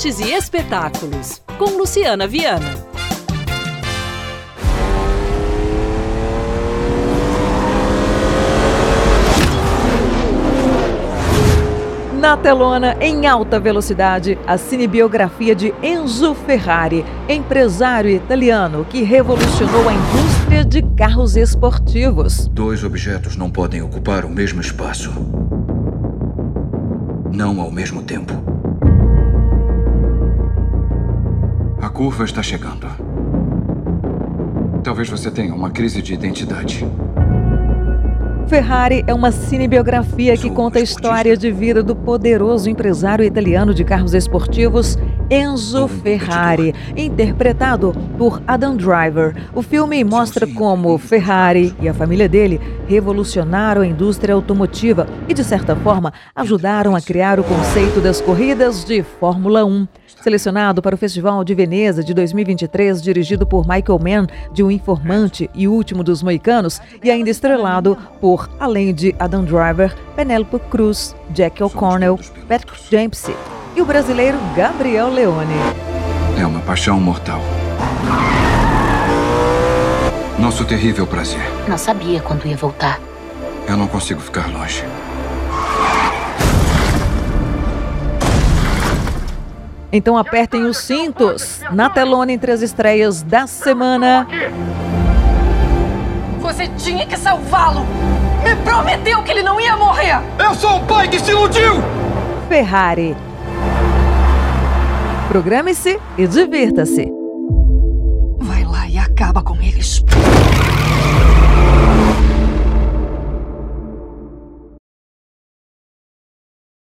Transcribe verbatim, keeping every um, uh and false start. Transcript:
Esportes e espetáculos, com Luciana Viana. Na telona, em alta velocidade, a cinebiografia de Enzo Ferrari, empresário italiano que revolucionou a indústria de carros esportivos. Dois objetos não podem ocupar o mesmo espaço. Não ao mesmo tempo. A curva está chegando. Talvez você tenha uma crise de identidade. Ferrari é uma cinebiografia que conta a história de vida do poderoso empresário italiano de carros esportivos Enzo Ferrari, interpretado por Adam Driver. O filme mostra como Ferrari e a família dele revolucionaram a indústria automotiva e, de certa forma, ajudaram a criar o conceito das corridas de Fórmula um. Selecionado para o Festival de Veneza de dois mil e vinte e três, dirigido por Michael Mann, de O Informante e O Último dos Moicanos, e ainda estrelado por, além de Adam Driver, Penélope Cruz, Jack O'Connell, Patrick Dempsey e o brasileiro Gabriel Leone. É uma paixão mortal. Nosso terrível prazer. Não sabia quando ia voltar. Eu não consigo ficar longe. Então apertem os cintos. Na telona, entre as estreias da semana. Você tinha que salvá-lo! Me prometeu que ele não ia morrer! Eu sou um pai que se iludiu! Ferrari. Programe-se e divirta-se. Vai lá e acaba com eles.